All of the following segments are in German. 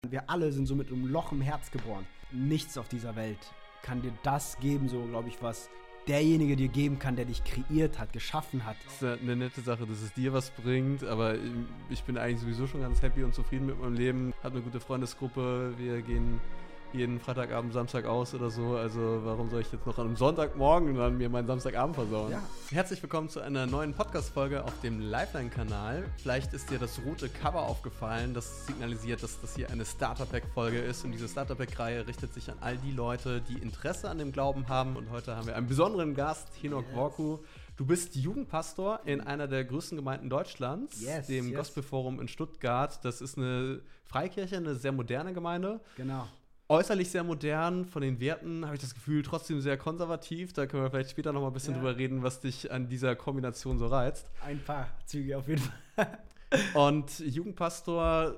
wir alle sind so mit einem Loch im Herz geboren. Nichts auf dieser Welt kann dir das geben, so glaube ich, was derjenige dir geben kann, der dich kreiert hat, geschaffen hat. Das ist eine nette Sache, dass es dir was bringt, aber ich bin eigentlich sowieso schon ganz happy und zufrieden mit meinem Leben. Habe eine gute Freundesgruppe, wir gehen jeden Freitagabend, Samstag aus oder so, also warum soll ich jetzt noch an einem Sonntagmorgen dann mir meinen Samstagabend versauen? Ja. Herzlich willkommen zu einer neuen Podcast-Folge auf dem Lifeline-Kanal. Vielleicht ist dir das rote Cover aufgefallen, das signalisiert, dass das hier eine Starter-Pack-Folge ist und diese Starter-Pack-Reihe richtet sich an all die Leute, die Interesse an dem Glauben haben und heute haben wir einen besonderen Gast, Henok Worku. Du bist Jugendpastor in einer der größten Gemeinden Deutschlands, dem Gospelforum in Stuttgart. Das ist eine Freikirche, eine sehr moderne Gemeinde. Genau. Äußerlich sehr modern, von den Werten habe ich das Gefühl, trotzdem sehr konservativ. Da können wir vielleicht später noch mal ein bisschen drüber reden, was dich an dieser Kombination so reizt. Ein paar Züge auf jeden Fall. Und Jugendpastor,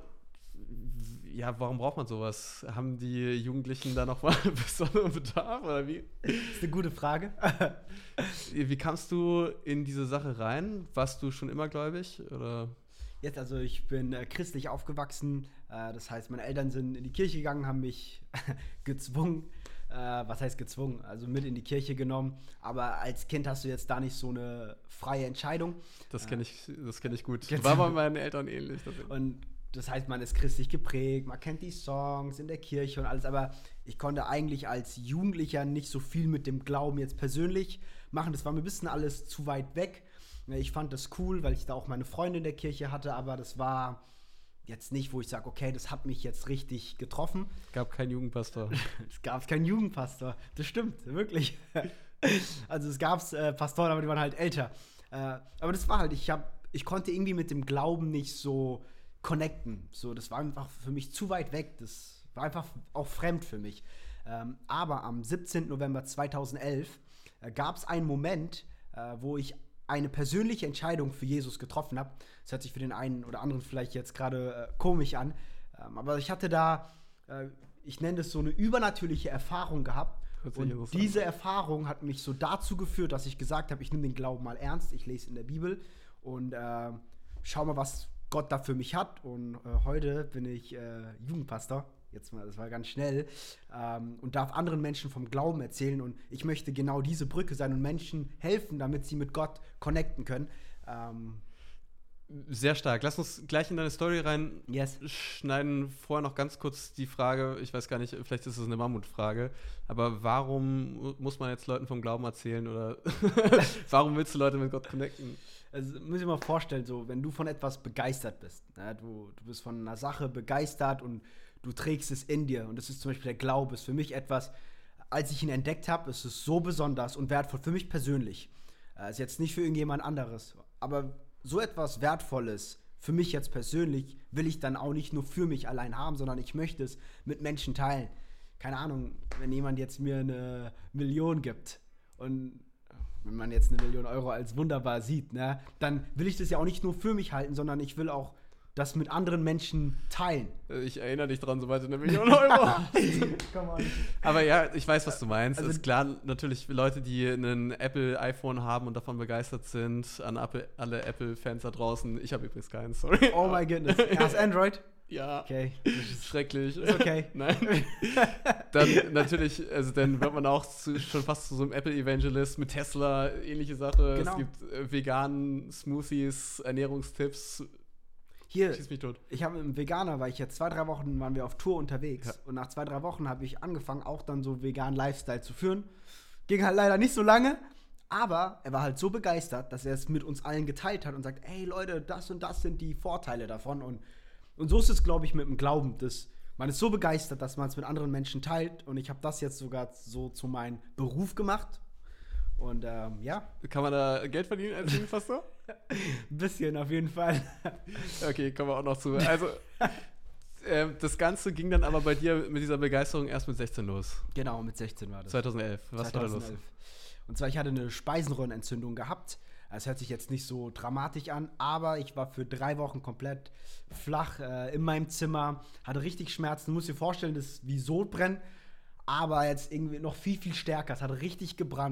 ja, warum braucht man sowas? Haben die Jugendlichen da noch mal besonderen Bedarf oder wie? Das ist eine gute Frage. Wie kamst du in diese Sache rein? Warst du schon immer gläubig, oder? Jetzt, also ich bin christlich aufgewachsen, das heißt, meine Eltern sind in die Kirche gegangen, haben mich gezwungen, was heißt gezwungen, also mit in die Kirche genommen, aber als Kind hast du jetzt da nicht so eine freie Entscheidung. Das kenn ich gut. War bei meinen Eltern ähnlich. Und das heißt, man ist christlich geprägt, man kennt die Songs in der Kirche und alles, aber ich konnte eigentlich als Jugendlicher nicht so viel mit dem Glauben jetzt persönlich machen, das war mir ein bisschen alles zu weit weg. Ich fand das cool, weil ich da auch meine Freunde in der Kirche hatte, aber das war jetzt nicht, wo ich sage, okay, das hat mich jetzt richtig getroffen. Es gab keinen Jugendpastor. Es gab keinen Jugendpastor, das stimmt, wirklich. Also es gab Pastoren, aber die waren halt älter. Aber das war halt, ich konnte irgendwie mit dem Glauben nicht so connecten. So, das war einfach für mich zu weit weg, das war einfach auch fremd für mich. Aber am 17. November 2011 gab es einen Moment, wo ich eine persönliche Entscheidung für Jesus getroffen habe. Das hört sich für den einen oder anderen vielleicht jetzt gerade komisch an, aber ich hatte da, ich nenne das so eine übernatürliche Erfahrung gehabt und diese Erfahrung hat mich so dazu geführt, dass ich gesagt habe, ich nehme den Glauben mal ernst, ich lese in der Bibel und schau mal, was Gott da für mich hat und heute bin ich Jugendpastor. Jetzt mal, das war ganz schnell, und darf anderen Menschen vom Glauben erzählen und ich möchte genau diese Brücke sein und Menschen helfen, damit sie mit Gott connecten können. Sehr stark. Lass uns gleich in deine Story rein schneiden. Vorher noch ganz kurz die Frage, ich weiß gar nicht, vielleicht ist es eine Mammutfrage, aber warum muss man jetzt Leuten vom Glauben erzählen oder warum willst du Leute mit Gott connecten? Also muss ich mir mal vorstellen, so, wenn du von etwas begeistert bist, ne, du bist von einer Sache begeistert und du trägst es in dir und das ist zum Beispiel der Glaube, ist für mich etwas, als ich ihn entdeckt habe, ist es so besonders und wertvoll für mich persönlich. Ist jetzt nicht für irgendjemand anderes, aber so etwas Wertvolles für mich jetzt persönlich will ich dann auch nicht nur für mich allein haben, sondern ich möchte es mit Menschen teilen. Keine Ahnung, wenn jemand jetzt mir 1 Million gibt und wenn man jetzt 1 Million Euro als wunderbar sieht, ne, dann will ich das ja auch nicht nur für mich halten, sondern ich will auch das mit anderen Menschen teilen. Ich erinnere dich dran, sobald du 1 Million Euro hast. Aber ja, ich weiß, was du meinst. Also, ist klar, natürlich Leute, die ein Apple-iPhone haben und davon begeistert sind, an alle Apple-Fans da draußen. Ich habe übrigens keinen, sorry. Oh my goodness. Hast Android? Ja. Okay. Schrecklich. Ist okay. Nein. Dann natürlich, also dann wird man auch schon fast zu so einem Apple-Evangelist mit Tesla, ähnliche Sache. Genau. Es gibt veganen Smoothies, Ernährungstipps. Hier, schieß mich tot. Ich habe im Veganer, weil ich jetzt 2-3 Wochen waren wir auf Tour unterwegs. Ja. Und nach 2-3 Wochen habe ich angefangen, auch dann so veganen Lifestyle zu führen. Ging halt leider nicht so lange, aber er war halt so begeistert, dass er es mit uns allen geteilt hat und sagt, ey Leute, das und das sind die Vorteile davon. Und so ist es, glaube ich, mit dem Glauben. Man ist so begeistert, dass man es mit anderen Menschen teilt. Und ich habe das jetzt sogar so zu meinem Beruf gemacht. Und ja. Kann man da Geld verdienen als Jugendpastor? Ein bisschen auf jeden Fall. Okay, kommen wir auch noch zu. Also, das Ganze ging dann aber bei dir mit dieser Begeisterung erst mit 16 los. Genau, mit 16 war das. 2011. Was 2011. war da los? Und zwar, ich hatte eine Speisenröhrenentzündung gehabt. Es hört sich jetzt nicht so dramatisch an, aber ich war für 3 Wochen komplett flach in meinem Zimmer, hatte richtig Schmerzen. Muss dir vorstellen, das ist wie Sodbrennen, aber jetzt irgendwie noch viel, viel stärker. Es hat richtig gebrannt.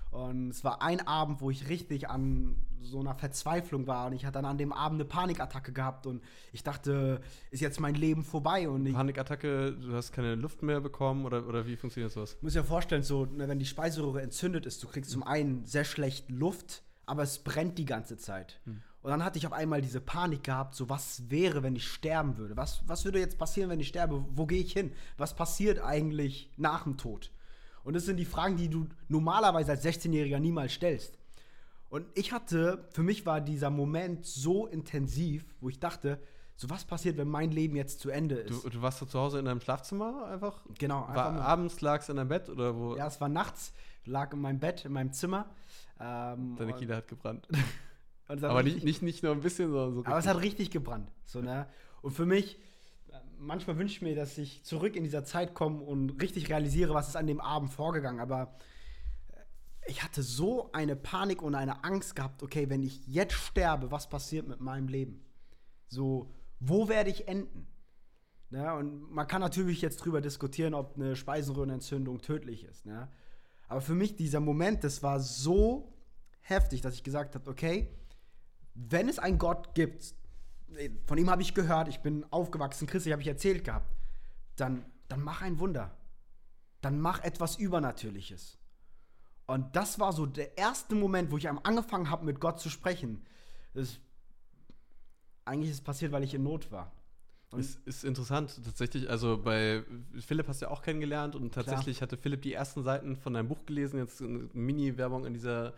Und es war ein Abend, wo ich richtig an so einer Verzweiflung war. Und ich hatte dann an dem Abend eine Panikattacke gehabt. Und ich dachte, ist jetzt mein Leben vorbei? Und ich Panikattacke, du hast keine Luft mehr bekommen oder wie funktioniert sowas? muss dir vorstellen, so, ne, wenn die Speiseröhre entzündet ist, du kriegst zum einen sehr schlecht Luft, aber es brennt die ganze Zeit. Und dann hatte ich auf einmal diese Panik gehabt, so was wäre, wenn ich sterben würde? Was würde jetzt passieren, wenn ich sterbe? Wo gehe ich hin? Was passiert eigentlich nach dem Tod? Und das sind die Fragen, die du normalerweise als 16-Jähriger niemals stellst. Und für mich war dieser Moment so intensiv, wo ich dachte, so was passiert, wenn mein Leben jetzt zu Ende ist? Du warst so zu Hause in deinem Schlafzimmer einfach? Genau. Abends lagst du in deinem Bett oder wo? Ja, es war nachts, lag in meinem Bett, in meinem Zimmer. Deine Kehle hat gebrannt. Aber nicht nur ein bisschen, sondern so. Aber es hat richtig gebrannt. So, ne? Und für mich, manchmal wünsche ich mir, dass ich zurück in dieser Zeit komme und richtig realisiere, was ist an dem Abend vorgegangen. Aber ich hatte so eine Panik und eine Angst gehabt, okay, wenn ich jetzt sterbe, was passiert mit meinem Leben? So, wo werde ich enden? Ne? Und man kann natürlich jetzt drüber diskutieren, ob eine Speiseröhrenentzündung tödlich ist. Ne? Aber für mich dieser Moment, das war so heftig, dass ich gesagt habe, okay, wenn es einen Gott gibt, von ihm habe ich gehört, ich bin aufgewachsen, Christi, habe ich erzählt gehabt, dann mach ein Wunder. Dann mach etwas Übernatürliches. Und das war so der erste Moment, wo ich angefangen habe, mit Gott zu sprechen. Eigentlich ist es passiert, weil ich in Not war. Ist interessant, tatsächlich. Also bei Philipp hast du ja auch kennengelernt und tatsächlich hatte Philipp die ersten Seiten von deinem Buch gelesen. Jetzt eine Mini-Werbung an dieser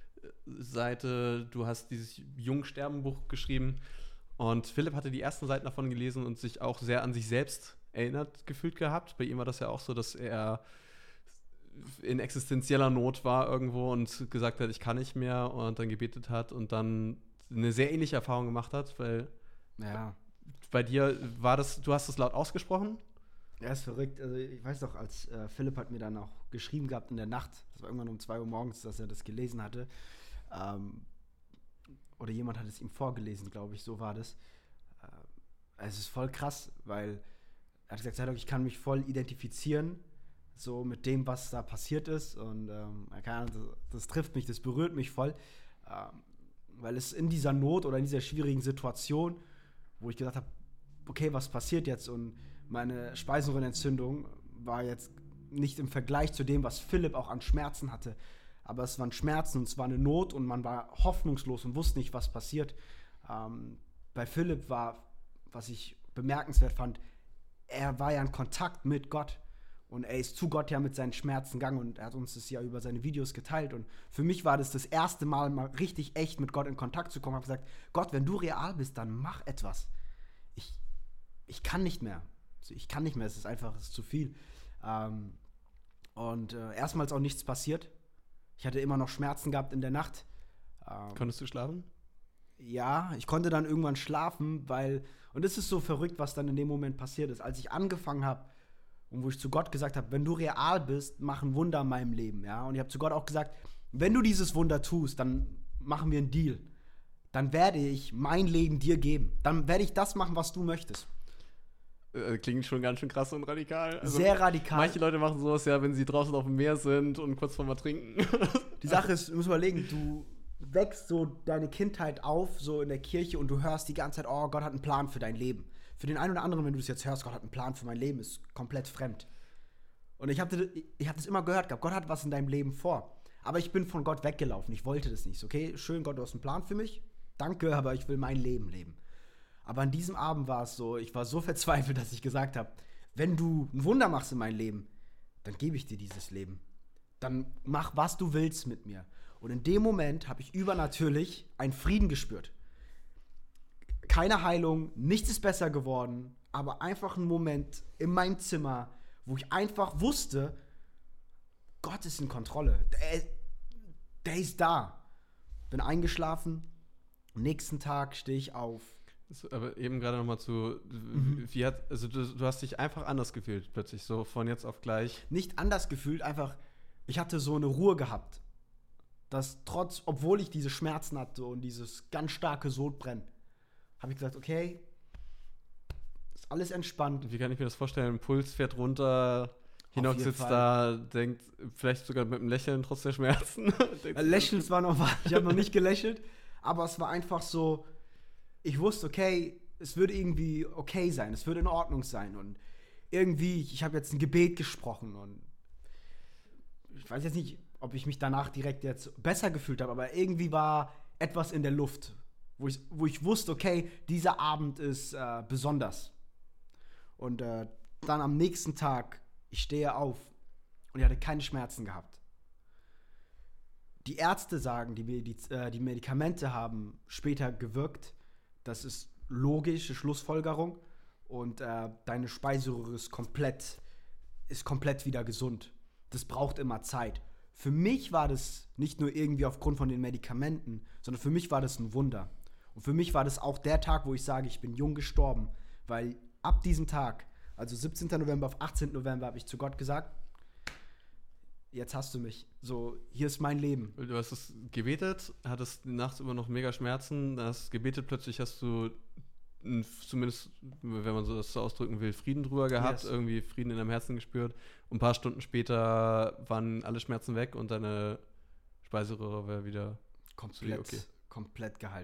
Seite. Du hast dieses Jungsterben-Buch geschrieben und Philipp hatte die ersten Seiten davon gelesen und sich auch sehr an sich selbst erinnert gefühlt gehabt. Bei ihm war das ja auch so, dass er in existenzieller Not war irgendwo und gesagt hat, ich kann nicht mehr und dann gebetet hat und dann eine sehr ähnliche Erfahrung gemacht hat, weil bei dir war das, du hast das laut ausgesprochen? Ja, ist verrückt. Also ich weiß doch, als Philipp hat mir dann auch geschrieben gehabt in der Nacht, das war irgendwann um 2 Uhr morgens, dass er das gelesen hatte. Oder jemand hat es ihm vorgelesen, glaube ich, so war das. Es ist voll krass, weil er hat gesagt, ich kann mich voll identifizieren, so mit dem, was da passiert ist. Und das trifft mich, das berührt mich voll. Weil es in dieser Not oder in dieser schwierigen Situation, wo ich gedacht habe, okay, was passiert jetzt? Und meine Speiseröhrenentzündung war jetzt nicht im Vergleich zu dem, was Philipp auch an Schmerzen hatte. Aber es waren Schmerzen und es war eine Not und man war hoffnungslos und wusste nicht, was passiert. Bei Philipp war, was ich bemerkenswert fand, er war ja in Kontakt mit Gott. Und er ist zu Gott ja mit seinen Schmerzen gegangen und er hat uns das ja über seine Videos geteilt. Und für mich war das erste Mal richtig echt mit Gott in Kontakt zu kommen. Ich habe gesagt, Gott, wenn du real bist, dann mach etwas. Ich kann nicht mehr. Ich kann nicht mehr, es ist zu viel. Erstmal ist auch nichts passiert. Ich hatte immer noch Schmerzen gehabt in der Nacht. Konntest du schlafen? Ja, ich konnte dann irgendwann schlafen, und es ist so verrückt, was dann in dem Moment passiert ist. Als ich angefangen habe, und wo ich zu Gott gesagt habe, wenn du real bist, mach ein Wunder in meinem Leben. Ja? Und ich habe zu Gott auch gesagt, wenn du dieses Wunder tust, dann machen wir einen Deal. Dann werde ich mein Leben dir geben. Dann werde ich das machen, was du möchtest. Klingt schon ganz schön krass und radikal. Also, sehr radikal. Manche Leute machen sowas ja, wenn sie draußen auf dem Meer sind und kurz vorm Ertrinken. Die Sache ist, du musst überlegen, du wächst so deine Kindheit auf, so in der Kirche und du hörst die ganze Zeit, oh, Gott hat einen Plan für dein Leben. Für den einen oder anderen, wenn du es jetzt hörst, Gott hat einen Plan für mein Leben, ist komplett fremd. Und ich hab das immer gehört gehabt, Gott hat was in deinem Leben vor. Aber ich bin von Gott weggelaufen, ich wollte das nicht. Okay, schön, Gott, du hast einen Plan für mich, danke, aber ich will mein Leben leben. Aber an diesem Abend war es so, ich war so verzweifelt, dass ich gesagt habe, wenn du ein Wunder machst in meinem Leben, dann gebe ich dir dieses Leben. Dann mach, was du willst mit mir. Und in dem Moment habe ich übernatürlich einen Frieden gespürt. Keine Heilung, nichts ist besser geworden, aber einfach ein Moment in meinem Zimmer, wo ich einfach wusste, Gott ist in Kontrolle. Der ist da. Bin eingeschlafen, am nächsten Tag stehe ich auf. Aber eben gerade nochmal du hast dich einfach anders gefühlt plötzlich, so von jetzt auf gleich. Nicht anders gefühlt, einfach, ich hatte so eine Ruhe gehabt, obwohl ich diese Schmerzen hatte und dieses ganz starke Sodbrennen, habe ich gesagt, okay, ist alles entspannt. Wie kann ich mir das vorstellen? Puls fährt runter. Hinox sitzt da, denkt vielleicht sogar mit einem Lächeln trotz der Schmerzen. Lächeln war noch, ich habe noch nicht gelächelt, aber es war einfach so, ich wusste, okay, es würde irgendwie okay sein, es würde in Ordnung sein und irgendwie, ich habe jetzt ein Gebet gesprochen und ich weiß jetzt nicht, ob ich mich danach direkt jetzt besser gefühlt habe, aber irgendwie war etwas in der Luft, wo ich wusste, okay, dieser Abend ist besonders. Und dann am nächsten Tag, ich stehe auf und ich hatte keine Schmerzen gehabt. Die Ärzte sagen, die Medikamente haben später gewirkt. Das ist logische Schlussfolgerung. Und deine Speiseröhre ist komplett wieder gesund. Das braucht immer Zeit. Für mich war das nicht nur irgendwie aufgrund von den Medikamenten, sondern für mich war das ein Wunder. Und für mich war das auch der Tag, wo ich sage, ich bin jung gestorben. Weil ab diesem Tag, also 17. November auf 18. November, habe ich zu Gott gesagt, jetzt hast du mich. So, hier ist mein Leben. Du hast es gebetet, hattest nachts immer noch mega Schmerzen, dann hast du gebetet, plötzlich hast du zumindest, wenn man so das so ausdrücken will, Frieden drüber gehabt, yes. Irgendwie Frieden in deinem Herzen gespürt. Und ein paar Stunden später waren alle Schmerzen weg und deine Speiseröhre war wieder komplett geheilt.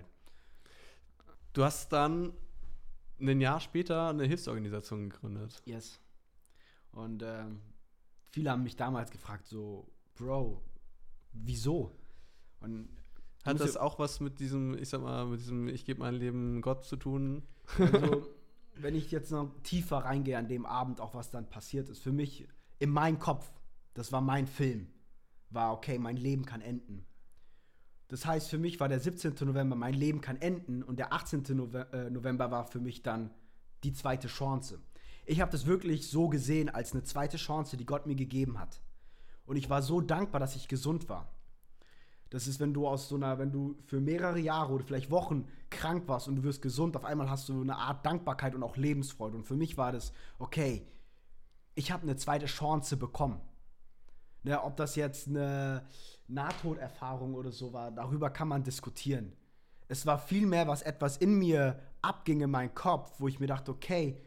Du hast dann ein Jahr später eine Hilfsorganisation gegründet. Yes. Und viele haben mich damals gefragt, so, Bro, wieso? Und hat das auch was mit diesem, ich gebe mein Leben Gott zu tun? Also, wenn ich jetzt noch tiefer reingehe an dem Abend, auch was dann passiert ist, für mich, in meinem Kopf, das war mein Film, war okay, mein Leben kann enden. Das heißt, für mich war der 17. November, mein Leben kann enden und der 18. November war für mich dann die zweite Chance. Ich habe das wirklich so gesehen als eine zweite Chance, die Gott mir gegeben hat. Und ich war so dankbar, dass ich gesund war. Das ist, wenn du für mehrere Jahre oder vielleicht Wochen krank warst und du wirst gesund, auf einmal hast du eine Art Dankbarkeit und auch Lebensfreude. Und für mich war das, okay, ich habe eine zweite Chance bekommen. Ne, ob das jetzt eine Nahtoderfahrung oder so war, darüber kann man diskutieren. Es war vielmehr, was etwas in mir abging in meinen Kopf, wo ich mir dachte, okay,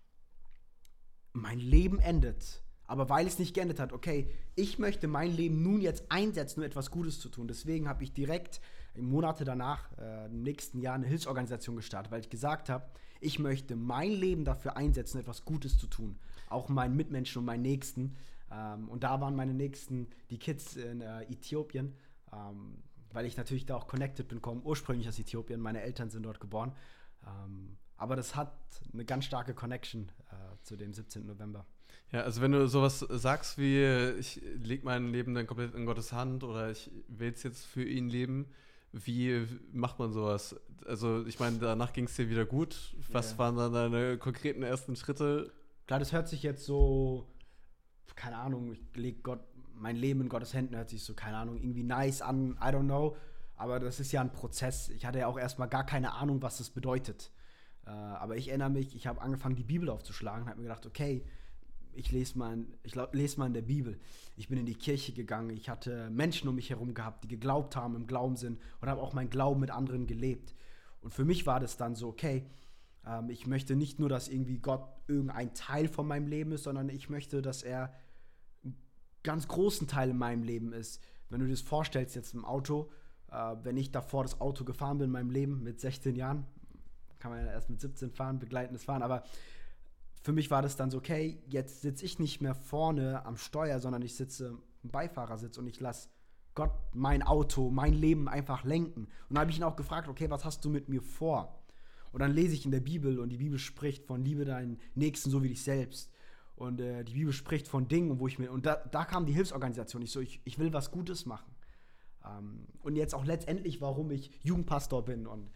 mein Leben endet. Aber weil es nicht geendet hat, okay, ich möchte mein Leben nun jetzt einsetzen, um etwas Gutes zu tun. Deswegen habe ich direkt Monate danach, im nächsten Jahr, eine Hilfsorganisation gestartet, weil ich gesagt habe, ich möchte mein Leben dafür einsetzen, etwas Gutes zu tun. Auch meinen Mitmenschen und meinen Nächsten. Und da waren meine Nächsten die Kids in Äthiopien, weil ich natürlich da auch connected bin, komme ursprünglich aus Äthiopien. Meine Eltern sind dort geboren. Aber das hat eine ganz starke Connection zu dem 17. November. Ja, also wenn du sowas sagst wie, ich lege mein Leben dann komplett in Gottes Hand oder ich will es jetzt für ihn leben, wie macht man sowas? Also ich meine, danach ging es dir wieder gut. Was waren dann deine konkreten ersten Schritte? Klar, das hört sich jetzt so, keine Ahnung, ich lege mein Leben in Gottes Händen, hört sich so, keine Ahnung, irgendwie nice an, I don't know. Aber das ist ja ein Prozess. Ich hatte ja auch erstmal gar keine Ahnung, was das bedeutet. Aber ich erinnere mich, ich habe angefangen, die Bibel aufzuschlagen und habe mir gedacht, okay, ich lese mal in der Bibel. Ich bin in die Kirche gegangen, ich hatte Menschen um mich herum gehabt, die geglaubt haben, im Glauben sind und habe auch meinen Glauben mit anderen gelebt. Und für mich war das dann so, okay, ich möchte nicht nur, dass irgendwie Gott irgendein Teil von meinem Leben ist, sondern ich möchte, dass er einen ganz großen Teil in meinem Leben ist. Wenn du dir das vorstellst jetzt im Auto, wenn ich davor das Auto gefahren bin in meinem Leben mit 16 Jahren, kann man ja erst mit 17 fahren, begleitendes Fahren, aber für mich war das dann so, okay, jetzt sitze ich nicht mehr vorne am Steuer, sondern ich sitze im Beifahrersitz und ich lasse Gott mein Auto, mein Leben einfach lenken. Und dann habe ich ihn auch gefragt, okay, was hast du mit mir vor? Und dann lese ich in der Bibel und die Bibel spricht von liebe deinen Nächsten so wie dich selbst. Und die Bibel spricht von Dingen, und da kam die Hilfsorganisation. Ich will was Gutes machen. Und jetzt auch letztendlich, warum ich Jugendpastor bin und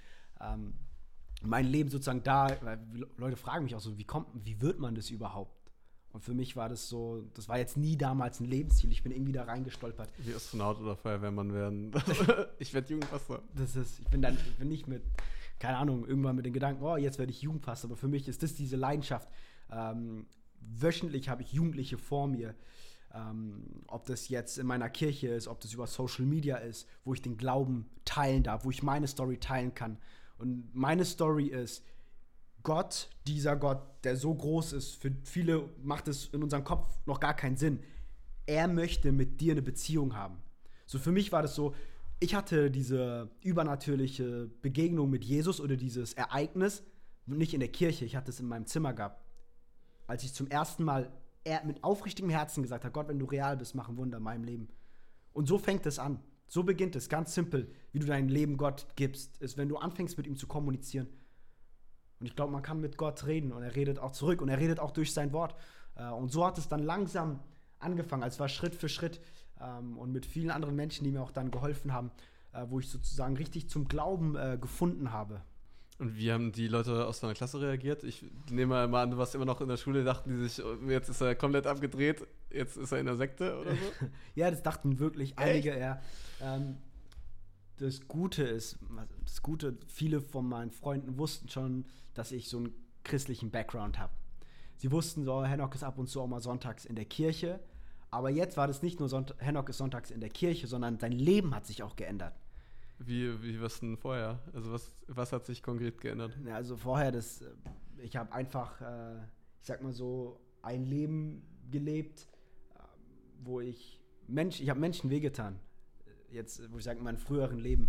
mein Leben sozusagen da, weil Leute fragen mich auch so, wie wird man das überhaupt? Und für mich war das so, das war jetzt nie damals ein Lebensziel. Ich bin irgendwie da reingestolpert. Wie Astronaut oder Feuerwehrmann werden. Ich werde Jugendpastor. Ich bin nicht mit, keine Ahnung, irgendwann mit den Gedanken, oh, jetzt werde ich Jugendpastor. Aber für mich ist das diese Leidenschaft. Wöchentlich habe ich Jugendliche vor mir. Ob das jetzt in meiner Kirche ist, ob das über Social Media ist, wo ich den Glauben teilen darf, wo ich meine Story teilen kann. Und meine Story ist, Gott, dieser Gott, der so groß ist, für viele macht es in unserem Kopf noch gar keinen Sinn. Er möchte mit dir eine Beziehung haben. So für mich war das so, ich hatte diese übernatürliche Begegnung mit Jesus oder dieses Ereignis nicht in der Kirche, ich hatte es in meinem Zimmer gehabt. Als ich zum ersten Mal mit aufrichtigem Herzen gesagt habe, Gott, wenn du real bist, mach ein Wunder in meinem Leben. Und so fängt es an. So beginnt es, ganz simpel, wie du dein Leben Gott gibst, ist, wenn du anfängst, mit ihm zu kommunizieren. Und ich glaube, man kann mit Gott reden und er redet auch zurück und er redet auch durch sein Wort. Und so hat es dann langsam angefangen, als war Schritt für Schritt und mit vielen anderen Menschen, die mir auch dann geholfen haben, wo ich sozusagen richtig zum Glauben gefunden habe. Und wie haben die Leute aus deiner Klasse reagiert? Ich nehme mal an, du warst immer noch in der Schule, dachten die sich, jetzt ist er komplett abgedreht, jetzt ist er in der Sekte oder so? Ja, das dachten wirklich einige eher. Das Gute, viele von meinen Freunden wussten schon, dass ich so einen christlichen Background habe. Sie wussten so, Henok ist ab und zu auch mal sonntags in der Kirche. Aber jetzt war das nicht nur Henok ist sonntags in der Kirche, sondern sein Leben hat sich auch geändert. Wie was denn vorher? Also was hat sich konkret geändert? Ja, also vorher, ich habe einfach, ich sag mal so, ein Leben gelebt, wo ich habe Menschen wehgetan. Jetzt, wo ich sage, in meinem früheren Leben.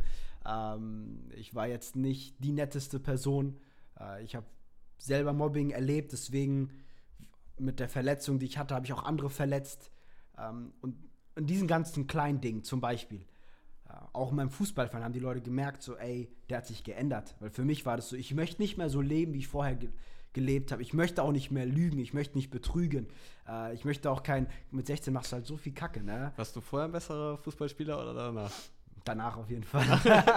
Ich war jetzt nicht die netteste Person. Ich habe selber Mobbing erlebt, deswegen mit der Verletzung, die ich hatte, habe ich auch andere verletzt. Und in diesen ganzen kleinen Dingen zum Beispiel, auch in meinem Fußballverein haben die Leute gemerkt, so ey, der hat sich geändert. Weil für mich war das so, ich möchte nicht mehr so leben, wie ich vorher gelebt habe. Ich möchte auch nicht mehr lügen, ich möchte nicht betrügen. Ich möchte auch mit 16 machst du halt so viel Kacke, ne? Warst du vorher ein besserer Fußballspieler oder danach? Danach auf jeden Fall.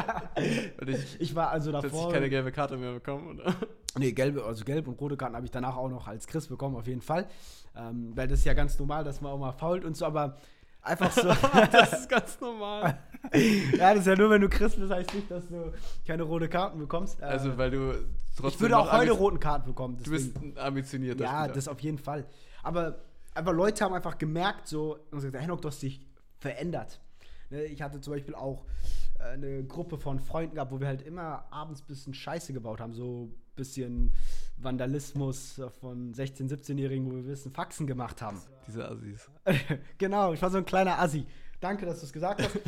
ich war also davor. Hast du keine gelbe Karte mehr bekommen, oder? Nee, gelb und rote Karten habe ich danach auch noch als Christ bekommen, auf jeden Fall. Weil das ist ja ganz normal, dass man auch mal fault und so, aber einfach so. Das ist ganz normal. Ja, das ist ja nur, wenn du Christ bist, heißt nicht, dass du keine rote Karten bekommst. Also, weil du trotzdem. Ich würde auch heute roten Karten bekommen. Deswegen. Du bist ein ambitionierter Ja, Spieler. Das auf jeden Fall. Aber Leute haben einfach gemerkt, so, und gesagt, Henok, du hast dich verändert. Ich hatte zum Beispiel auch eine Gruppe von Freunden gehabt, wo wir halt immer abends ein bisschen Scheiße gebaut haben. So ein bisschen Vandalismus von 16-, 17-Jährigen, wo wir ein bisschen Faxen gemacht haben. Diese Assis. Genau, ich war so ein kleiner Assi. Danke, dass du es gesagt hast.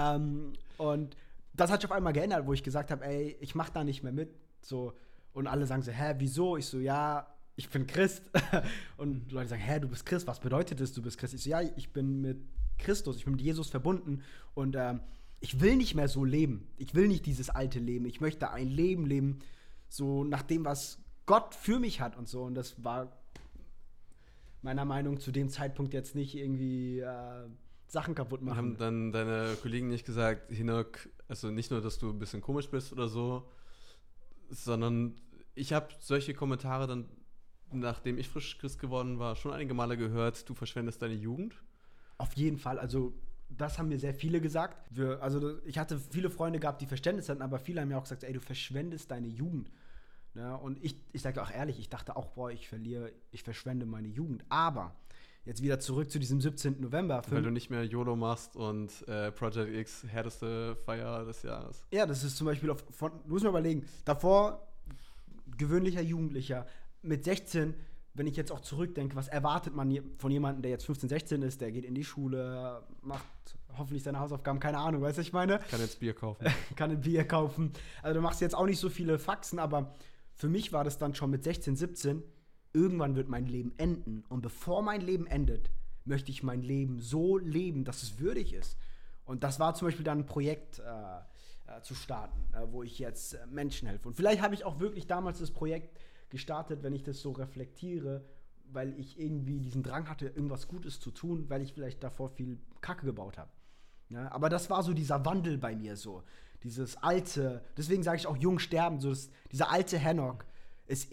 Und das hat sich auf einmal geändert, wo ich gesagt habe, ey, ich mach da nicht mehr mit. So, und alle sagen so, hä, wieso? Ich so, ja, ich bin Christ. Und Leute sagen, hä, du bist Christ, was bedeutet das, du bist Christ? Ich so, ja, ich bin mit Christus, ich bin mit Jesus verbunden und ich will nicht mehr so leben. Ich will nicht dieses alte Leben. Ich möchte ein Leben leben, so nach dem, was Gott für mich hat und so. Und das war meiner Meinung nach zu dem Zeitpunkt jetzt nicht irgendwie Sachen kaputt machen. Haben dann deine Kollegen nicht gesagt, Henok, also nicht nur, dass du ein bisschen komisch bist oder so, sondern ich habe solche Kommentare dann, nachdem ich frisch Christ geworden war, schon einige Male gehört, du verschwendest deine Jugend? Auf jeden Fall, also das haben mir sehr viele gesagt. Ich hatte viele Freunde gehabt, die Verständnis hatten, aber viele haben mir auch gesagt, ey, du verschwendest deine Jugend. Ja, und ich sage auch ehrlich, ich dachte auch, boah, ich verschwende meine Jugend. Aber jetzt wieder zurück zu diesem 17. November. Weil du nicht mehr YOLO machst und Project X, härteste Feier des Jahres. Ja, das ist zum Beispiel, du musst mir überlegen, davor gewöhnlicher Jugendlicher, mit 16, wenn ich jetzt auch zurückdenke, was erwartet man von jemandem, der jetzt 15, 16 ist, der geht in die Schule, macht hoffentlich seine Hausaufgaben, keine Ahnung, weißt du, was ich meine? Kann jetzt Bier kaufen. Kann ein Bier kaufen. Also du machst jetzt auch nicht so viele Faxen, aber für mich war das dann schon mit 16, 17, irgendwann wird mein Leben enden. Und bevor mein Leben endet, möchte ich mein Leben so leben, dass es würdig ist. Und das war zum Beispiel dann ein Projekt zu starten, wo ich jetzt Menschen helfe. Und vielleicht habe ich auch wirklich damals das Projekt gestartet, wenn ich das so reflektiere, weil ich irgendwie diesen Drang hatte, irgendwas Gutes zu tun, weil ich vielleicht davor viel Kacke gebaut habe. Ja, aber das war so dieser Wandel bei mir so. Dieses alte, deswegen sage ich auch jung sterben, so dieser alte Henok ist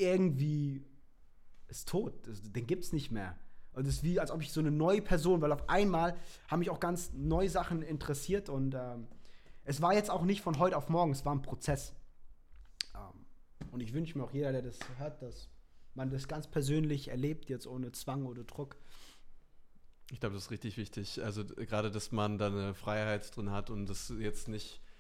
tot, den gibt's nicht mehr. Und es ist wie, als ob ich so eine neue Person, weil auf einmal haben mich auch ganz neue Sachen interessiert und es war jetzt auch nicht von heute auf morgen, es war ein Prozess. Und ich wünsche mir auch jeder, der das hört, dass man das ganz persönlich erlebt, jetzt ohne Zwang oder Druck. Ich glaube, das ist richtig wichtig. Also gerade, dass man da eine Freiheit drin hat und das jetzt nicht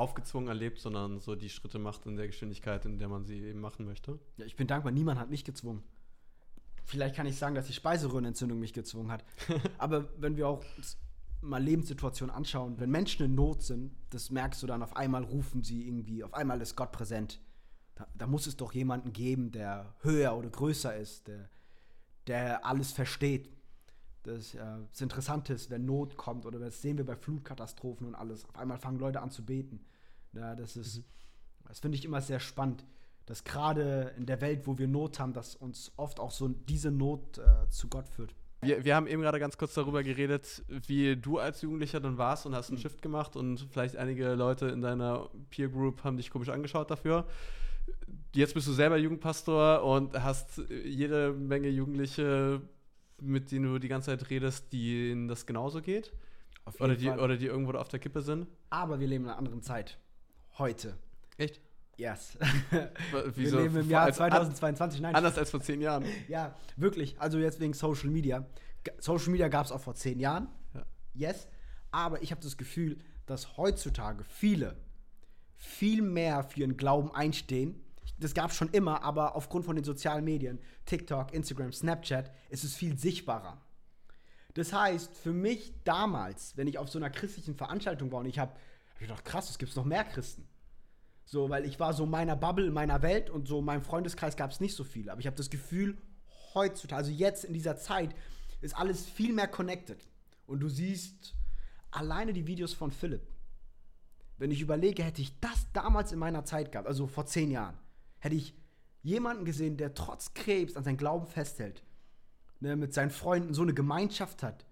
aufgezwungen erlebt, sondern so die Schritte macht in der Geschwindigkeit, in der man sie eben machen möchte. Ja, ich bin dankbar, niemand hat mich gezwungen. Vielleicht kann ich sagen, dass die Speiseröhrenentzündung mich gezwungen hat. Aber wenn wir auch mal Lebenssituationen anschauen, wenn Menschen in Not sind, das merkst du dann, auf einmal rufen sie irgendwie, auf einmal ist Gott präsent. Da muss es doch jemanden geben, der höher oder größer ist, der alles versteht. Das Interessante ist, wenn Not kommt, oder das sehen wir bei Flutkatastrophen und alles, auf einmal fangen Leute an zu beten. Ja, das finde ich immer sehr spannend, dass gerade in der Welt, wo wir Not haben, dass uns oft auch so diese Not zu Gott führt. Wir haben eben gerade ganz kurz darüber geredet, wie du als Jugendlicher dann warst und hast einen Shift gemacht und vielleicht einige Leute in deiner Peer Group haben dich komisch angeschaut dafür. Jetzt bist du selber Jugendpastor und hast jede Menge Jugendliche, mit denen du die ganze Zeit redest, denen das genauso geht? Oder die irgendwo auf der Kippe sind? Aber wir leben in einer anderen Zeit. Heute. Echt? Yes. Wieso? Wir leben im Jahr 2022. Nein. Anders als vor 10 Jahren. Ja, wirklich. Also jetzt wegen Social Media. Social Media gab es auch vor 10 Jahren. Ja. Yes. Aber ich habe das Gefühl, dass heutzutage viele viel mehr für ihren Glauben einstehen. Das gab es schon immer, aber aufgrund von den sozialen Medien, TikTok, Instagram, Snapchat, ist es viel sichtbarer. Das heißt, für mich damals, wenn ich auf so einer christlichen Veranstaltung war und ich habe gedacht, krass, es gibt noch mehr Christen. So, weil ich war so in meiner Bubble, in meiner Welt und so in meinem Freundeskreis gab es nicht so viel. Aber ich habe das Gefühl, heutzutage, also jetzt in dieser Zeit, ist alles viel mehr connected. Und du siehst alleine die Videos von Philipp. Wenn ich überlege, hätte ich das damals in meiner Zeit gehabt, also vor 10 Jahren, hätte ich jemanden gesehen, der trotz Krebs an seinen Glauben festhält, ne, mit seinen Freunden so eine Gemeinschaft hat,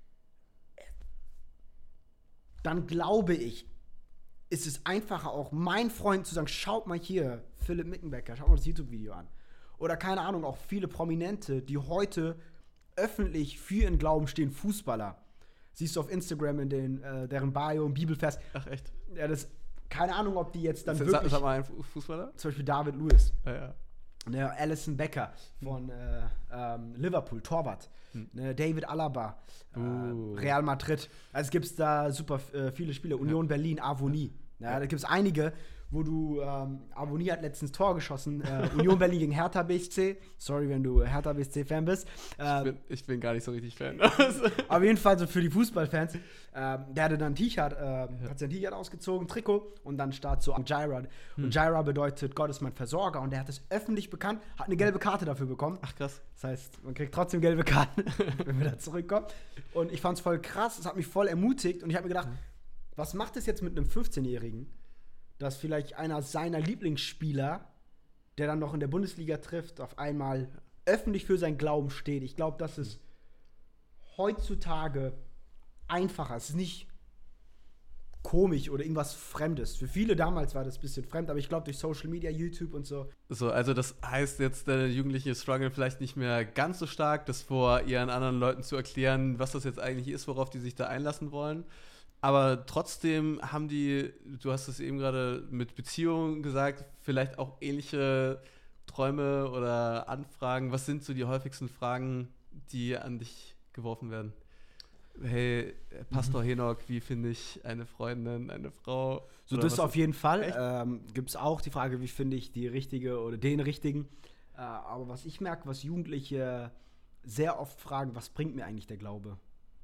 dann glaube ich, ist es einfacher auch meinen Freunden zu sagen, schaut mal hier, Philipp Mickenbecker, schaut mal das YouTube-Video an. Oder keine Ahnung, auch viele Prominente, die heute öffentlich für ihren Glauben stehen, Fußballer. Siehst du auf Instagram in deren Bio, im Bibelvers. Ach echt? Ja, keine Ahnung, ob die jetzt dann wirklich... Sag mal einen Fußballer? Zum Beispiel David Luiz. Ja. Ne, Alisson Becker von Liverpool, Torwart. Ne, David Alaba, Real Madrid. Also es gibt da super viele Spieler. Union Berlin, Avonie. Ja, da gibt es einige, wo du, Avonie hat letztens Tor geschossen, Union Berlin gegen Hertha BSC. Sorry, wenn du Hertha BSC-Fan bist. Ich bin gar nicht so richtig Fan. Auf jeden Fall so für die Fußballfans. Der hatte dann ein T-Shirt, hat sein T-Shirt ausgezogen, Trikot und dann stand so Jaira. Und Jaira bedeutet, Gott ist mein Versorger. Und der hat es öffentlich bekannt, hat eine gelbe Karte dafür bekommen. Ach krass. Das heißt, man kriegt trotzdem gelbe Karten, wenn wir da zurückkommen. Und ich fand es voll krass, es hat mich voll ermutigt. Und ich habe mir gedacht, was macht es jetzt mit einem 15-Jährigen, dass vielleicht einer seiner Lieblingsspieler, der dann noch in der Bundesliga trifft, auf einmal öffentlich für seinen Glauben steht. Ich glaube, das ist heutzutage einfacher. Es ist nicht komisch oder irgendwas Fremdes. Für viele damals war das ein bisschen fremd, aber ich glaube, durch Social Media, YouTube und so. So, also das heißt jetzt, der jugendliche Struggle vielleicht nicht mehr ganz so stark, das vor ihren anderen Leuten zu erklären, was das jetzt eigentlich ist, worauf die sich da einlassen wollen. Aber trotzdem haben die, du hast es eben gerade mit Beziehungen gesagt, vielleicht auch ähnliche Träume oder Anfragen. Was sind so die häufigsten Fragen, die an dich geworfen werden? Hey, Pastor Henok, wie finde ich eine Freundin, eine Frau? So, das auf jeden Fall. Gibt es auch die Frage, wie finde ich die Richtige oder den Richtigen. Aber was ich merke, was Jugendliche sehr oft fragen, was bringt mir eigentlich der Glaube?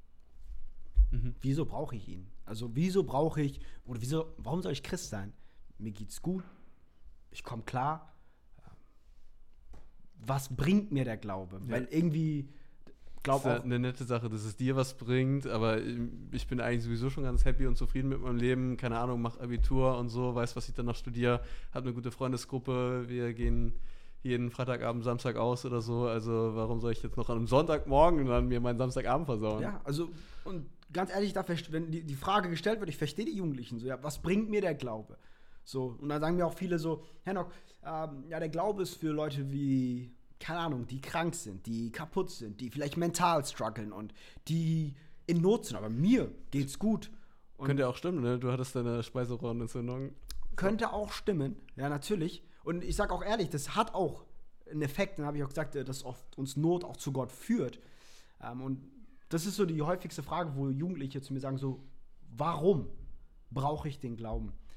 Wieso brauche ich ihn? Also warum soll ich Christ sein? Mir geht's gut, ich komme klar. Was bringt mir der Glaube? Ja. Weil irgendwie Das ist ja eine nette Sache, dass es dir was bringt, aber ich bin eigentlich sowieso schon ganz happy und zufrieden mit meinem Leben. Keine Ahnung, mach Abitur und so, weiß, was ich danach studiere, hab eine gute Freundesgruppe, wir gehen jeden Freitagabend, Samstag aus oder so. Also warum soll ich jetzt noch an einem Sonntagmorgen dann mir meinen Samstagabend versauen? Ja, also und ganz ehrlich, wenn die Frage gestellt wird, ich verstehe die Jugendlichen so, ja, was bringt mir der Glaube? So, und dann sagen mir auch viele so, Henok, ja, der Glaube ist für Leute wie, keine Ahnung, die krank sind, die kaputt sind, die vielleicht mental strugglen und die in Not sind. Aber mir geht's gut. Und könnte auch stimmen, ne? Du hattest deine Speiseröhrenentzündung. Könnte auch stimmen, ja, natürlich. Und ich sag auch ehrlich, das hat auch einen Effekt, dann habe ich auch gesagt, dass oft uns Not auch zu Gott führt. Und das ist so die häufigste Frage, wo Jugendliche zu mir sagen so, warum brauche ich den Glauben?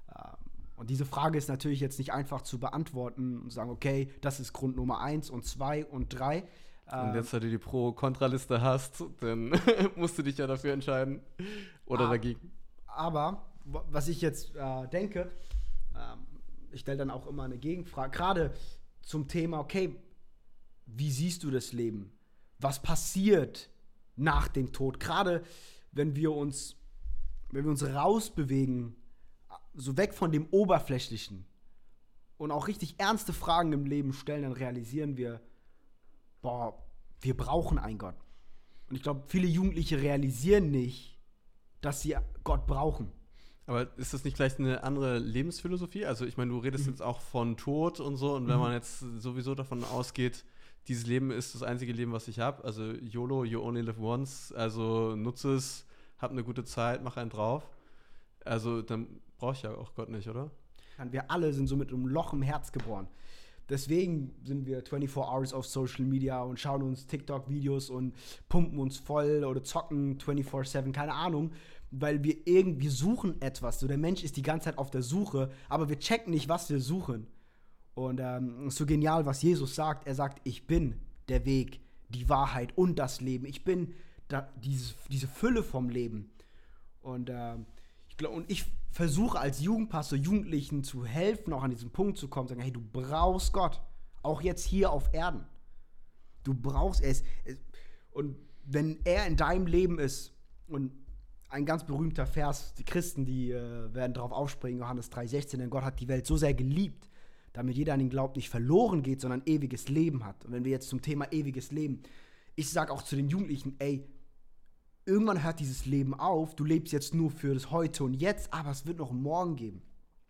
Und diese Frage ist natürlich jetzt nicht einfach zu beantworten und sagen, okay, das ist Grund Nummer 1 und 2 und 3. Und jetzt, da du die Pro-Kontra-Liste hast, dann musst du dich ja dafür entscheiden oder dagegen. Aber was ich jetzt denke, ich stelle dann auch immer eine Gegenfrage, gerade zum Thema, okay, wie siehst du das Leben? Was passiert nach dem Tod? Gerade wenn wir uns rausbewegen, so weg von dem Oberflächlichen und auch richtig ernste Fragen im Leben stellen, dann realisieren wir, wir brauchen einen Gott. Und ich glaube, viele Jugendliche realisieren nicht, dass sie Gott brauchen. Aber ist das nicht vielleicht eine andere Lebensphilosophie? Also ich meine, du redest jetzt auch von Tod und so, und wenn man jetzt sowieso davon ausgeht, dieses Leben ist das einzige Leben, was ich habe, also YOLO, you only live once, also nutze es, hab eine gute Zeit, mach einen drauf. Also dann brauche ich ja auch Gott nicht, oder? Wir alle sind so mit einem Loch im Herz geboren. Deswegen sind wir 24 Hours auf Social Media und schauen uns TikTok-Videos und pumpen uns voll oder zocken 24/7, keine Ahnung, weil wir suchen etwas. So, der Mensch ist die ganze Zeit auf der Suche, aber wir checken nicht, was wir suchen. Und ist so genial, was Jesus sagt. Er sagt, ich bin der Weg, die Wahrheit und das Leben. Ich bin diese Fülle vom Leben. Und ich versuche als Jugendpastor Jugendlichen zu helfen, auch an diesen Punkt zu kommen, sagen, hey, du brauchst Gott, auch jetzt hier auf Erden. Du brauchst es. Und wenn er in deinem Leben ist, und ein ganz berühmter Vers, die Christen, die werden darauf aufspringen, Johannes 3,16, denn Gott hat die Welt so sehr geliebt, damit jeder an ihn glaubt, nicht verloren geht, sondern ewiges Leben hat. Und wenn wir jetzt zum Thema ewiges Leben, ich sage auch zu den Jugendlichen, ey, irgendwann hört dieses Leben auf, du lebst jetzt nur für das Heute und Jetzt, aber es wird noch einen Morgen geben.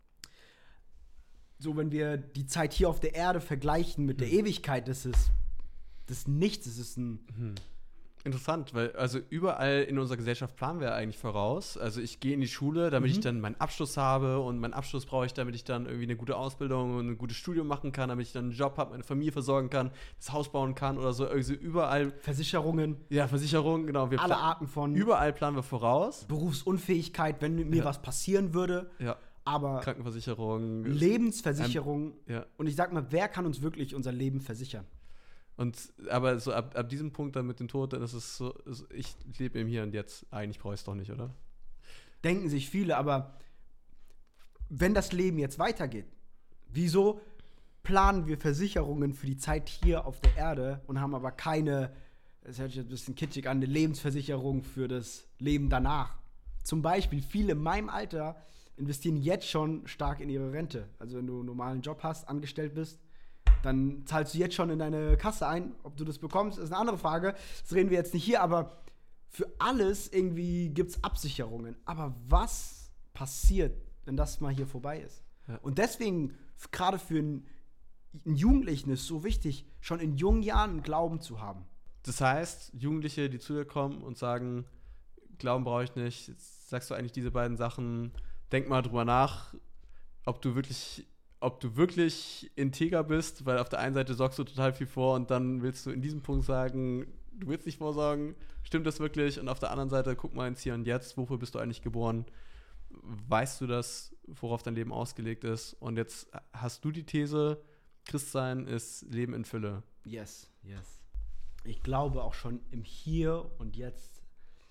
So, wenn wir die Zeit hier auf der Erde vergleichen mit der Ewigkeit, das ist nichts, das ist ein... Interessant, weil also überall in unserer Gesellschaft planen wir eigentlich voraus. Also ich gehe in die Schule, damit ich dann meinen Abschluss habe, und meinen Abschluss brauche ich, damit ich dann irgendwie eine gute Ausbildung und ein gutes Studium machen kann, damit ich dann einen Job habe, meine Familie versorgen kann, das Haus bauen kann oder so. Also überall. Versicherungen. Ja, Versicherungen, genau. Alle Arten von. Überall planen wir voraus. Berufsunfähigkeit, wenn mir was passieren würde. Ja. Aber Krankenversicherung. Lebensversicherung. Ja. Und ich sag mal, wer kann uns wirklich unser Leben versichern? Aber so ab diesem Punkt dann mit dem Tod, dann ist es so, ich lebe im Hier und Jetzt. Eigentlich brauche ich es doch nicht, oder? Denken sich viele, aber wenn das Leben jetzt weitergeht, wieso planen wir Versicherungen für die Zeit hier auf der Erde und haben aber keine, das hört sich jetzt ein bisschen kitschig an, eine Lebensversicherung für das Leben danach? Zum Beispiel, viele in meinem Alter investieren jetzt schon stark in ihre Rente. Also wenn du einen normalen Job hast, angestellt bist, dann zahlst du jetzt schon in deine Kasse ein. Ob du das bekommst, ist eine andere Frage. Das reden wir jetzt nicht hier, aber für alles irgendwie gibt es Absicherungen. Aber was passiert, wenn das mal hier vorbei ist? Ja. Und deswegen, gerade für einen Jugendlichen ist es so wichtig, schon in jungen Jahren einen Glauben zu haben. Das heißt, Jugendliche, die zu dir kommen und sagen, Glauben brauche ich nicht, jetzt sagst du eigentlich diese beiden Sachen, denk mal drüber nach, ob du wirklich integer bist, weil auf der einen Seite sorgst du total viel vor und dann willst du in diesem Punkt sagen, du willst nicht vorsorgen, stimmt das wirklich? Und auf der anderen Seite, guck mal ins Hier und Jetzt, wofür bist du eigentlich geboren? Weißt du das, worauf dein Leben ausgelegt ist? Und jetzt hast du die These, Christsein ist Leben in Fülle. Yes. Ich glaube auch schon im Hier und Jetzt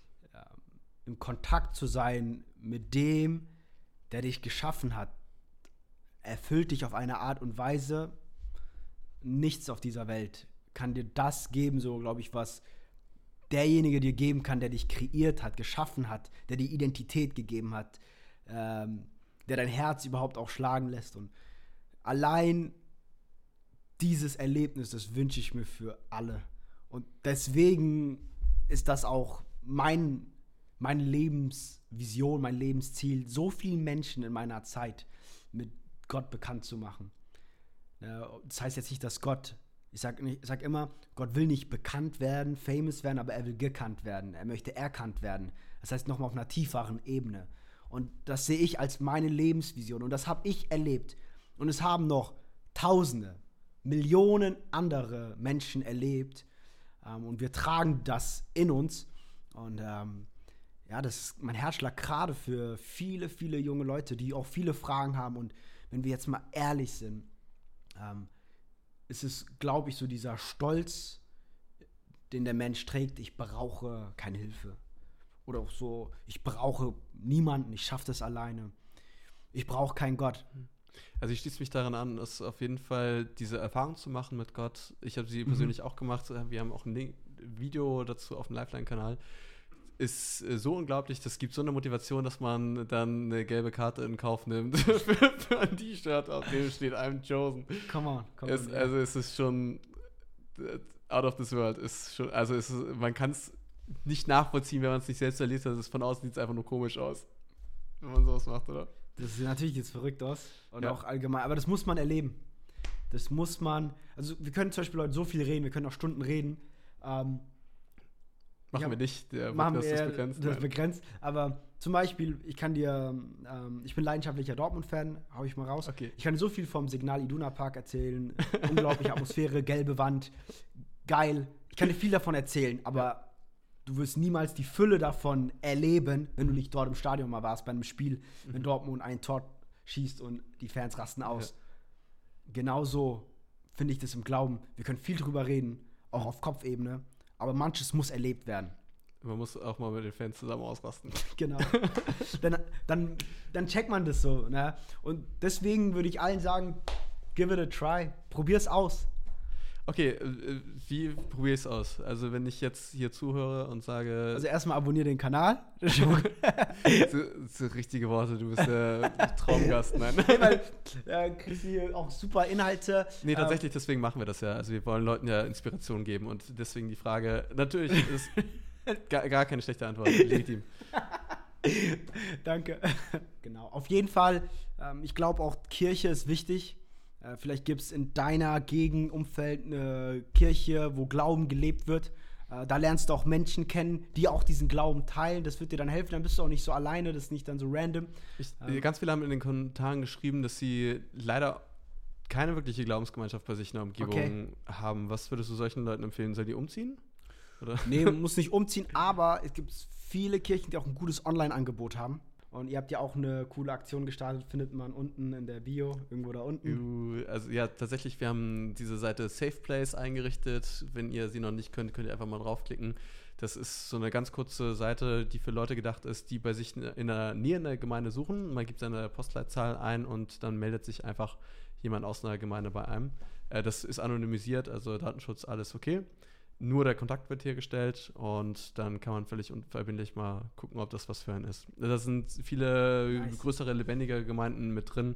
im Kontakt zu sein mit dem, der dich geschaffen hat, erfüllt dich auf eine Art und Weise. Nichts auf dieser Welt kann dir das geben, so glaube ich, was derjenige dir geben kann, der dich kreiert hat, geschaffen hat, der dir Identität gegeben hat, der dein Herz überhaupt auch schlagen lässt. Und allein dieses Erlebnis, das wünsche ich mir für alle. Und deswegen ist das auch meine Lebensvision, mein Lebensziel, so vielen Menschen in meiner Zeit mit Gott bekannt zu machen. Das heißt jetzt nicht, dass Gott, ich sag immer, Gott will nicht bekannt werden, famous werden, aber er will gekannt werden. Er möchte erkannt werden. Das heißt nochmal auf einer tieferen Ebene. Und das sehe ich als meine Lebensvision. Und das habe ich erlebt. Und es haben noch Tausende, Millionen andere Menschen erlebt. Und wir tragen das in uns. Und ja, das ist mein Herzschlag gerade für viele, viele junge Leute, die auch viele Fragen haben. Und wenn wir jetzt mal ehrlich sind, ist es, glaube ich, so dieser Stolz, den der Mensch trägt, ich brauche keine Hilfe. Oder auch so, ich brauche niemanden, ich schaffe das alleine. Ich brauche keinen Gott. Also ich schließe mich daran an, dass auf jeden Fall diese Erfahrung zu machen mit Gott, ich habe sie persönlich auch gemacht, wir haben auch ein Video dazu auf dem Lifeline-Kanal, ist so unglaublich, das gibt so eine Motivation, dass man dann eine gelbe Karte in Kauf nimmt für ein T-Shirt, auf dem steht I'm chosen. Come on. Also es ist schon out of this world. Man kann es nicht nachvollziehen, wenn man es nicht selbst erlebt hat. Von außen sieht es einfach nur komisch aus, wenn man sowas macht, oder? Das sieht natürlich jetzt verrückt aus und ja. Auch allgemein, aber das muss man erleben. Das muss man, also wir können zum Beispiel heute so viel reden, wir können auch Stunden reden. Machen wir nicht, der Podcast ist begrenzt. Das ist begrenzt, aber zum Beispiel, ich bin leidenschaftlicher Dortmund-Fan, hau ich mal raus. Okay. Ich kann dir so viel vom Signal Iduna Park erzählen, unglaubliche Atmosphäre, gelbe Wand, geil. Ich kann dir viel davon erzählen, aber du wirst niemals die Fülle davon erleben, wenn du nicht dort im Stadion mal warst bei einem Spiel, wenn Dortmund ein Tor schießt und die Fans rasten aus. Ja. Genauso finde ich das im Glauben. Wir können viel drüber reden, auch auf Kopfebene, aber manches muss erlebt werden. Man muss auch mal mit den Fans zusammen ausrasten. Genau. dann checkt man das so. Ne? Und deswegen würde ich allen sagen, give it a try. Probier's aus. Okay, wie probiere ich es aus? Also wenn ich jetzt hier zuhöre und sage... Also erstmal abonniere den Kanal. so richtige Worte, du bist der Traumgast. Nein. Weil kriegst du hier auch super Inhalte. Nee, tatsächlich, deswegen machen wir das ja. Also wir wollen Leuten ja Inspiration geben und deswegen die Frage, natürlich ist gar keine schlechte Antwort, legitim. Danke. Genau, auf jeden Fall, ich glaube auch, Kirche ist wichtig. Vielleicht gibt es in deiner Gegenumfeld eine Kirche, wo Glauben gelebt wird. Da lernst du auch Menschen kennen, die auch diesen Glauben teilen. Das wird dir dann helfen. Dann bist du auch nicht so alleine. Das ist nicht dann so random. Ganz viele haben in den Kommentaren geschrieben, dass sie leider keine wirkliche Glaubensgemeinschaft bei sich in der Umgebung haben. Was würdest du solchen Leuten empfehlen? Soll die umziehen? Oder? Nee, man muss nicht umziehen. Aber es gibt viele Kirchen, die auch ein gutes Online-Angebot haben. Und ihr habt ja auch eine coole Aktion gestartet, findet man unten in der Bio, irgendwo da unten. Also ja, tatsächlich, wir haben diese Seite Safe Place eingerichtet. Wenn ihr sie noch nicht könnt, könnt ihr einfach mal draufklicken. Das ist so eine ganz kurze Seite, die für Leute gedacht ist, die bei sich in der Nähe in der Gemeinde suchen. Man gibt seine Postleitzahl ein und dann meldet sich einfach jemand aus einer Gemeinde bei einem. Das ist anonymisiert, also Datenschutz, alles okay. Nur der Kontakt wird hergestellt und dann kann man völlig unverbindlich mal gucken, ob das was für einen ist. Da sind viele größere, lebendige Gemeinden mit drin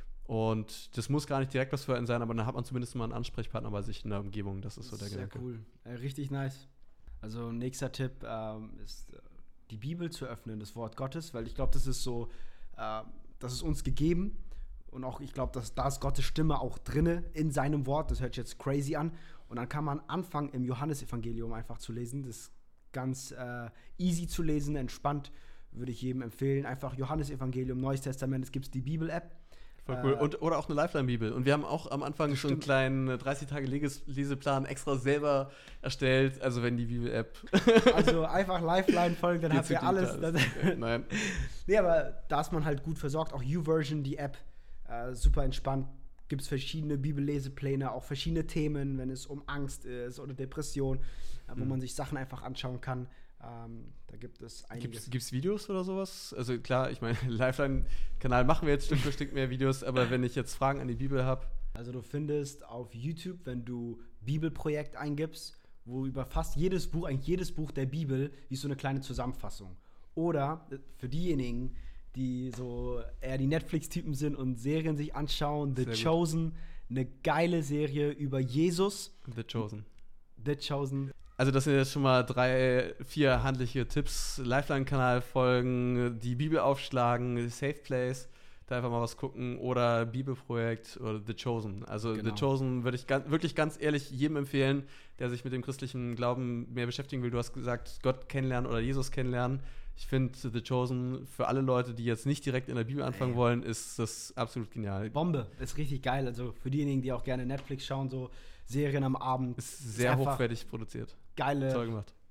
und das muss gar nicht direkt was für einen sein, aber dann hat man zumindest mal einen Ansprechpartner bei sich in der Umgebung. Das ist so der Gedanke. Sehr cool. Richtig nice. Also nächster Tipp ist, die Bibel zu öffnen, das Wort Gottes, weil ich glaube, das ist so, das ist uns gegeben und auch ich glaube, da ist Gottes Stimme auch drinne in seinem Wort. Das hört sich jetzt crazy an. Und dann kann man anfangen, im Johannesevangelium einfach zu lesen. Das ist ganz easy zu lesen, entspannt, würde ich jedem empfehlen. Einfach Johannesevangelium, Neues Testament, es gibt die Bibel-App. Voll cool. Oder auch eine Lifeline-Bibel. Und wir haben auch am Anfang schon einen kleinen 30-Tage-Leseplan extra selber erstellt, also wenn die Bibel-App... Also einfach Lifeline folgen, dann habt ihr alles. Nein. Nee, aber da ist man halt gut versorgt. Auch YouVersion, die App, super entspannt. Gibt es verschiedene Bibellesepläne, auch verschiedene Themen, wenn es um Angst ist oder Depression, wo man sich Sachen einfach anschauen kann. Da gibt es einiges. Gibt es Videos oder sowas? Also klar, ich meine, Lifeline-Kanal machen wir jetzt Stück für Stück mehr Videos, aber wenn ich jetzt Fragen an die Bibel habe. Also du findest auf YouTube, wenn du Bibelprojekt eingibst, wo über fast jedes Buch der Bibel, wie so eine kleine Zusammenfassung. Oder für diejenigen, die so eher die Netflix-Typen sind und Serien sich anschauen. The Chosen, eine geile Serie über Jesus. The Chosen. The Chosen. Also das sind jetzt schon mal 3-4 handliche Tipps. Lifeline-Kanal folgen, die Bibel aufschlagen, Safe Place, da einfach mal was gucken oder Bibelprojekt oder The Chosen. Also The Chosen würde ich wirklich ganz ehrlich jedem empfehlen, der sich mit dem christlichen Glauben mehr beschäftigen will. Du hast gesagt, Gott kennenlernen oder Jesus kennenlernen. Ich finde The Chosen für alle Leute, die jetzt nicht direkt in der Bibel anfangen wollen, ist das absolut genial. Bombe, ist richtig geil. Also für diejenigen, die auch gerne Netflix schauen, so Serien am Abend. Ist sehr hochwertig produziert. Geile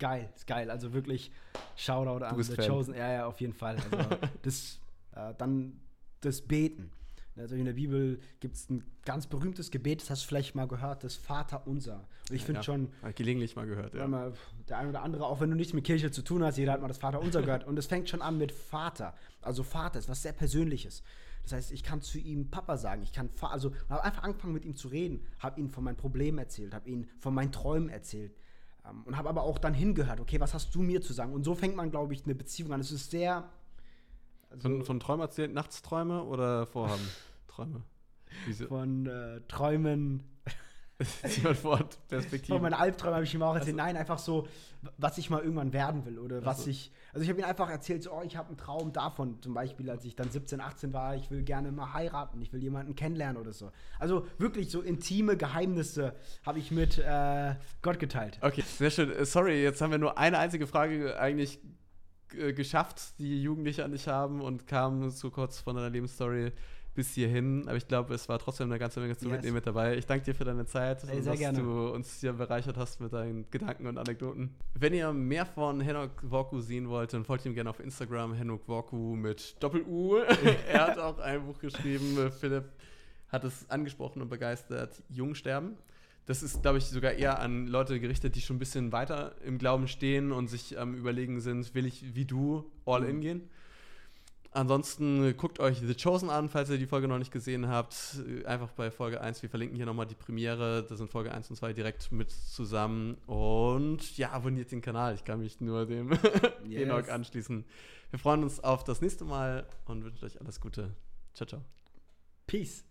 ist geil. Also wirklich Shoutout an The Fan. Chosen. Ja, auf jeden Fall. Also dann das Beten. Also in der Bibel gibt es ein ganz berühmtes Gebet, das hast du vielleicht mal gehört, das Vaterunser. Und ich finde schon, hab ich gelegentlich mal gehört, ja. mal, der ein oder andere, auch wenn du nichts mit Kirche zu tun hast, jeder hat mal das Vaterunser gehört. Und es fängt schon an mit Vater. Also Vater ist was sehr Persönliches. Das heißt, ich kann zu ihm Papa sagen. Ich habe einfach angefangen mit ihm zu reden, habe ihm von meinen Problemen erzählt, habe ihm von meinen Träumen erzählt. Und habe aber auch dann hingehört, okay, was hast du mir zu sagen? Und so fängt man, glaube ich, eine Beziehung an. Es ist sehr... Von Träumen erzählt, Nachtsträume oder Vorhaben? Träume? Von Träumen... Perspektive. Von meinen Albträumen habe ich ihm auch erzählt. Nein, einfach so, was ich mal irgendwann werden will. Oder was ich... Also ich habe ihm einfach erzählt, so, ich habe einen Traum davon. Zum Beispiel, als ich dann 17, 18 war, ich will gerne mal heiraten. Ich will jemanden kennenlernen oder so. Also wirklich so intime Geheimnisse habe ich mit Gott geteilt. Okay, sehr schön. Sorry, jetzt haben wir nur eine einzige Frage eigentlich geschafft, die Jugendliche an dich haben und kamen so kurz von deiner Lebensstory bis hierhin. Aber ich glaube, es war trotzdem eine ganze Menge zu mitnehmen mit dabei. Ich danke dir für deine Zeit und dass du uns hier bereichert hast mit deinen Gedanken und Anekdoten. Wenn ihr mehr von Henok Worku sehen wollt, dann folgt ihm gerne auf Instagram, Henok Worku mit Doppel-U. Er hat auch ein Buch geschrieben. Philipp hat es angesprochen und begeistert, Jungsterben. Das ist, glaube ich, sogar eher an Leute gerichtet, die schon ein bisschen weiter im Glauben stehen und sich am Überlegen sind, will ich wie du all in gehen? Ansonsten guckt euch The Chosen an, falls ihr die Folge noch nicht gesehen habt. Einfach bei Folge 1, wir verlinken hier nochmal die Premiere. Da sind Folge 1 und 2 direkt mit zusammen. Und ja, abonniert den Kanal. Ich kann mich nur dem Henok anschließen. Wir freuen uns auf das nächste Mal und wünschen euch alles Gute. Ciao, ciao. Peace.